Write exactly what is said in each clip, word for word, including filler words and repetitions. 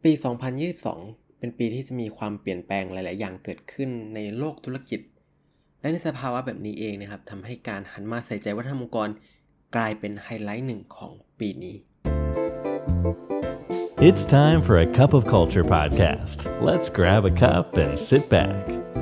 ปี สองพันยี่สิบสอง เป็นปีที่จะมีความเปลี่ยนแปลงหลายๆอย่างเกิดขึ้นในโลกธุรกิจและในสภาวะแบบนี้เองนะครับทำให้การหันมาใส่ใจวัฒนธรรมองค์กรกลายเป็นไฮไลท์หนึ่งของปีนี้ It's time for a cup of culture podcast. Let's grab a cup and sit back.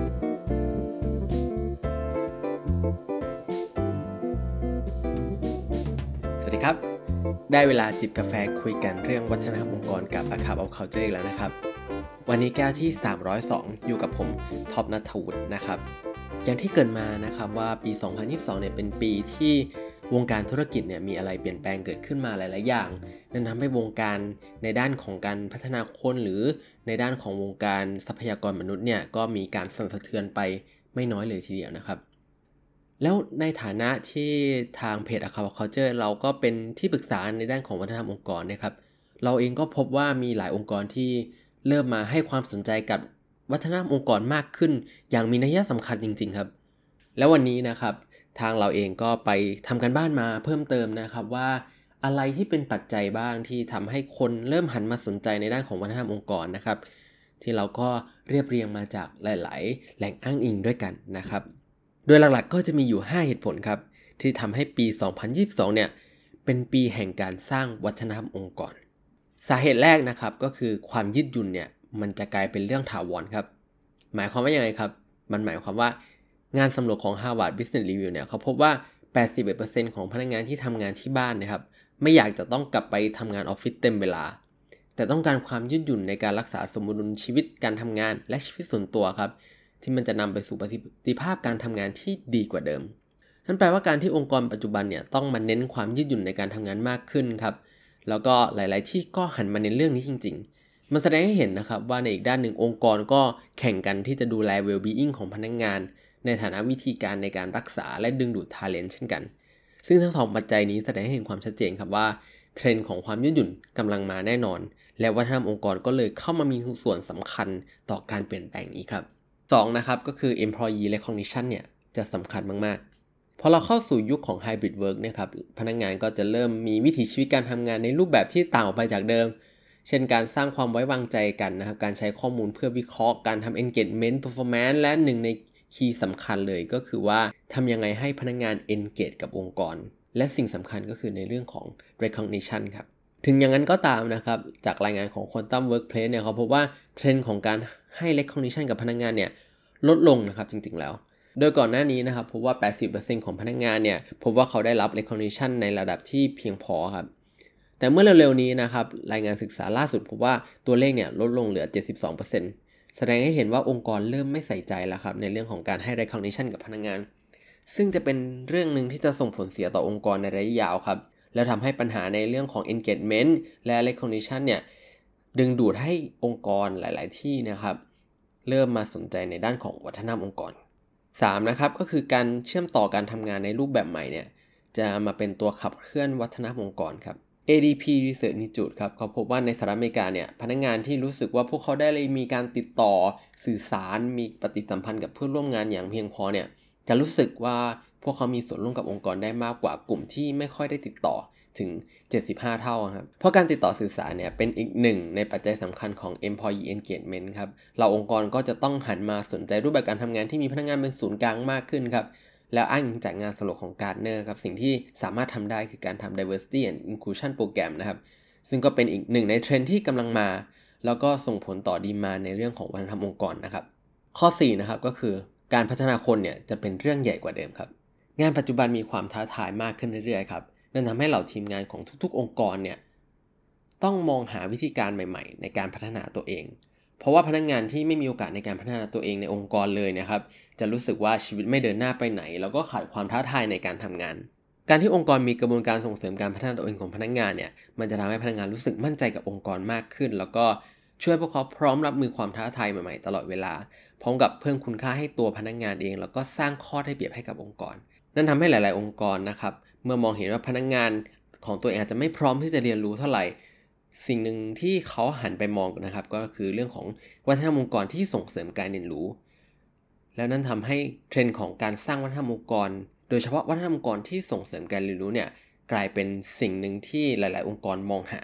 สวัสดีครับได้เวลาจิบกาแฟคุยกันเรื่องวัฒนธรรมองค์กรกับ A Cup of Culture อีกแล้วนะครับวันนี้แก้วที่สามร้อยสองอยู่กับผมท็อปณัฐวุฒินะครับอย่างที่เกริ่นมานะครับว่าปีสองพันยี่สิบสองเนี่ยเป็นปีที่วงการธุรกิจเนี่ยมีอะไรเปลี่ยนแปลงเกิดขึ้นมาหลายๆอย่างนั่นทำให้วงการในด้านของการพัฒนาคนหรือในด้านของวงการทรัพยากรมนุษย์เนี่ยก็มีการสั่นสะเทือนไปไม่น้อยเลยทีเดียวนะครับแล้วในฐานะที่ทางเพจ A Cup of Culture เราก็เป็นที่ปรึกษาในด้านของวัฒนธรรมองค์กรนะครับเราเองก็พบว่ามีหลายองค์กรที่เริ่มมาให้ความสนใจกับวัฒนธรรมองค์กรมากขึ้นอย่างมีนัยสำคัญจริงๆครับแล้ววันนี้นะครับทางเราเองก็ไปทำกันบ้านมาเพิ่มเติมนะครับว่าอะไรที่เป็นปัจจัยบ้างที่ทำให้คนเริ่มหันมาสนใจในด้านของวัฒนธรรมองค์กรนะครับที่เราก็เรียบเรียงมาจากหลายๆแหล่งอ้างอิงด้วยกันนะครับโดยหลักๆก็จะมีอยู่ห้าเหตุผลครับที่ทำให้ปีสองพันยี่สิบสองเนี่ยเป็นปีแห่งการสร้างวัฒนธรรมองค์กรสาเหตุแรกนะครับก็คือความยืดหยุ่นเนี่ยมันจะกลายเป็นเรื่องถาวรครับหมายความว่ายังไงครับมันหมายความว่างานสำรวจของ Harvard Business Review เนี่ยเขาพบว่า แปดสิบเอ็ดเปอร์เซ็นต์ ของพนักงานที่ทำงานที่บ้านนะครับไม่อยากจะต้องกลับไปทำงานออฟฟิศเต็มเวลาแต่ต้องการความยืดหยุ่นในการรักษาสมดุลชีวิตการทำงานและชีวิตส่วนตัวครับที่มันจะนำไปสู่ประสิทธิภาพการทำงานที่ดีกว่าเดิมนั่นแปลว่าการที่องค์กรปัจจุบันเนี่ยต้องมาเน้นความยืดหยุ่นในการทำงานมากขึ้นครับแล้วก็หลายๆที่ก็หันมาเน้นเรื่องนี้จริงๆมันแสดงให้เห็นนะครับว่าในอีกด้านหนึ่งองค์กรก็แข่งกันที่จะดูแล well-being ของพนักงานในฐานะวิธีการในการรักษาและดึงดูด talent เช่นกันซึ่งทั้งสองปัจจัยนี้แสดงให้เห็นความชัดเจนครับว่าเทรนด์ของความยืดหยุ่นกำลังมาแน่นอนและวัฒนธรรมองค์กรก็เลยเข้ามามีส่วนสำคัญต่อการเปลี่ยนแปลงนี้ครับสองนะครับก็คือ employee recognition เนี่ยจะสำคัญมากๆพอเราเข้าสู่ยุคของ hybrid work เนี่ยครับพนักงานก็จะเริ่มมีวิถีชีวิตการทำงานในรูปแบบที่ต่างออกไปจากเดิมเช่นการสร้างความไว้วางใจกันนะครับการใช้ข้อมูลเพื่อวิเคราะห์การทำ engagement performance และหนึ่งในคีย์สำคัญเลยก็คือว่าทำยังไงให้พนักงาน engage กับองค์กรและสิ่งสำคัญก็คือในเรื่องของ recognition ครับถึงอย่างนั้นก็ตามนะครับจากรายงานของ Quantum Workplace เนี่ยเขาพบว่าเทรนด์ของการให้ recognition กับพนักงานเนี่ยลดลงนะครับจริงๆแล้วโดยก่อนหน้านี้นะครับพบว่า แปดสิบเปอร์เซ็นต์ ของพนักงานเนี่ยพบว่าเขาได้รับ recognition ในระดับที่เพียงพอครับแต่เมื่อเร็วๆนี้นะครับรายงานศึกษาล่าสุดพบว่าตัวเลขเนี่ยลดลงเหลือ เจ็ดสิบสองเปอร์เซ็นต์ แสดงให้เห็นว่าองค์กรเริ่มไม่ใส่ใจแล้วครับในเรื่องของการให้ recognition กับพนักงานซึ่งจะเป็นเรื่องนึงที่จะส่งผลเสียต่อองค์กรในระยะยาวครับแล้วทำให้ปัญหาในเรื่องของ engagement และ recognition เนี่ยดึงดูดให้องค์กรหลายๆที่นะครับเริ่มมาสนใจในด้านของวัฒนธรรมองค์กรสามนะครับก็คือการเชื่อมต่อการทำงานในรูปแบบใหม่เนี่ยจะมาเป็นตัวขับเคลื่อนวัฒนธรรมองค์กรครับ เอ ดี พี Research Institute ครับเขาพบว่าในสหรัฐอเมริกาเนี่ยพนักงานที่รู้สึกว่าพวกเขาได้เลยมีการติดต่อสื่อสารมีปฏิสัมพันธ์กับเพื่อนร่วมงานอย่างเพียงพอเนี่ยจะรู้สึกว่าพวกเขามีส่วนร่วมกับองค์กรได้มากกว่ากลุ่มที่ไม่ค่อยได้ติดต่อถึงเจ็ดสิบห้าเท่าครับเพราะการติดต่อสื่อสารเนี่ยเป็นอีกหนึ่งในปัจจัยสำคัญของ employee engagement ครับเราองค์กรก็จะต้องหันมาสนใจรูปแบบการทำงานที่มีพนักงานเป็นศูนย์กลางมากขึ้นครับแล้วอ้างอิงจากงานสำรวจของ Gartner ครับสิ่งที่สามารถทำได้คือการทำ diversity and inclusion program นะครับซึ่งก็เป็นอีกหนึ่งในเทรนด์ที่กำลังมาแล้วก็ส่งผลต่อดีมานด์ในเรื่องของวัฒนธรรมองค์กรนะครับข้อสี่นะครับก็คือการพัฒนาคนเนี่ยจะเป็นเรื่องใหญ่กว่าเดิมครับงานปัจจุบันมีความท้าทายมากขึ้นเรื่อยๆครับนั่นทำให้เหล่าทีมงานของทุกๆองค์กรเนี่ยต้องมองหาวิธีการใหม่ๆในการพัฒนาตัวเองเพราะว่าพนักงานที่ไม่มีโอกาสในการพัฒนาตัวเองในองค์กรเลยนะครับจะรู้สึกว่าชีวิตไม่เดินหน้าไปไหนแล้วก็ขาดความท้าทายในการทำงานการที่องค์กรมีกระบวนการส่งเสริมการพัฒนาตัวเองของพนักงานเนี่ยมันจะทำให้พนักงานรู้สึกมั่นใจกับองค์กรมากขึ้นแล้วก็ช่วยพวกเขาพร้อมรับมือความท้าทายใหม่ๆตลอดเวลาพร้อมกับเพิ่มคุณค่าให้ตัวพนักงานเองแล้วก็สร้างข้อได้เปรียบให้กับองค์กรนั่นทำให้หลายๆองค์กรนะครับเมื่อมองเห็นว่าพนักงานของตัวเองอาจจะไม่พร้อมที่จะเรียนรู้เท่าไหร่สิ่งหนึ่งที่เขาหันไปมองนะครับก็คือเรื่องของวัฒนธรรมองค์กรที่ส่งเสริมการเรียนรู้แล้วนั่นทำให้เทรนด์ของการสร้างวัฒนธรรมองค์กรโดยเฉพาะวัฒนธรรมองค์กรที่ส่งเสริมการเรียนรู้เนี่ยกลายเป็นสิ่งหนึ่งที่หลายๆองค์กรมองหา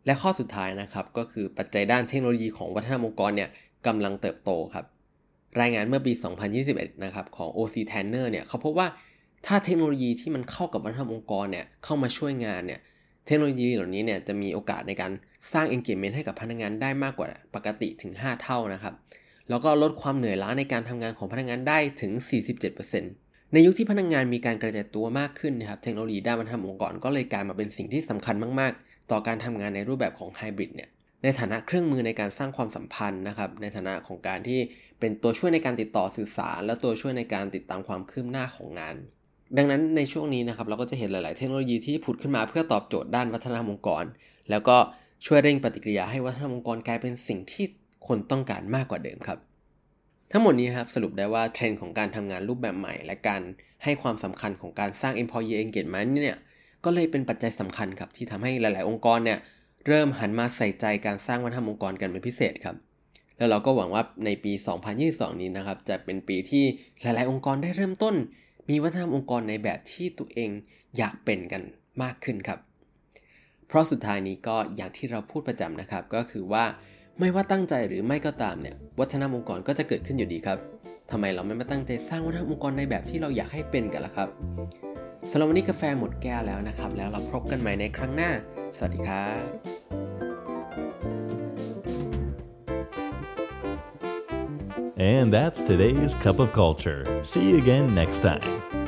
และข้อสุดท้ายนะครับก็คือปัจจัยด้านเทคโนโลยีของวัฒนธรรมองค์กรเนี่ยกำลังเติบโตครับรายงานเมื่อปีสองพันยี่สิบเอ็ดนะครับของ โอ ซี Tanner เนี่ยเขาพบว่าถ้าเทคโนโลยีที่มันเข้ากับวัฒนธรรมองค์กรเนี่ยเข้ามาช่วยงานเนี่ยเทคโนโลยีเหล่านี้เนี่ยจะมีโอกาสในการสร้าง engagement ให้กับพนักงานได้มากกว่าปกติถึงห้าเท่านะครับแล้วก็ลดความเหนื่อยล้าในการทำงานของพนักงานได้ถึง สี่สิบเจ็ดเปอร์เซ็นต์ ในยุคที่พนักงานมีการกระจายตัวมากขึ้นนะครับเทคโนโลยีด้านวัฒนธรรมองค์กรก็เลยกลายมาเป็นสิ่งที่สำคัญมากๆต่อการทำงานในรูปแบบของไฮบริดเนี่ยในฐานะเครื่องมือในการสร้างความสัมพันธ์นะครับในฐานะของการที่เป็นตัวช่วยในการติดต่อสื่อสารและตัวช่วยในการติดตามความคืบหน้าของงานดังนั้นในช่วงนี้นะครับเราก็จะเห็นหลายๆเทคโนโลยีที่ผุดขึ้นมาเพื่อตอบโจทย์ด้านวัฒนธรรมองค์กรแล้วก็ช่วยเร่งปฏิกิริยาให้วัฒนธรรมองค์กรกลายเป็นสิ่งที่คนต้องการมากกว่าเดิมครับทั้งหมดนี้ครับสรุปได้ว่าเทรนด์ของการทำงานรูปแบบใหม่และการให้ความสำคัญของการสร้าง employee engagement เนี่ยก็เลยเป็นปัจจัยสำคัญครับที่ทำให้หลายๆองค์กรเนี่ยเริ่มหันมาใส่ใจการสร้างวัฒนธรรมองค์กรกันเป็นพิเศษครับแล้วเราก็หวังว่าในปีสองพันยี่สิบสองนี้นะครับจะเป็นปีที่หลายๆองค์กรได้เริ่มต้นมีวัฒนธรรมองค์กรในแบบที่ตัวเองอยากเป็นกันมากขึ้นครับเพราะสุดท้ายนี้ก็อย่างที่เราพูดประจำนะครับก็คือว่าไม่ว่าตั้งใจหรือไม่ก็ตามเนี่ยวัฒนธรรมองค์กรก็จะเกิดขึ้นอยู่ดีครับทำไมเราไม่มาตั้งใจสร้างวัฒนธรรมองค์กรในแบบที่เราอยากให้เป็นกันล่ะครับสำหรับวันนี้กาแฟหมดแก้วแล้วนะครับแล้วเราพบกันใหม่ในครั้งหน้าสวัสดีครับ And that's today's Cup of Culture. See you again next time.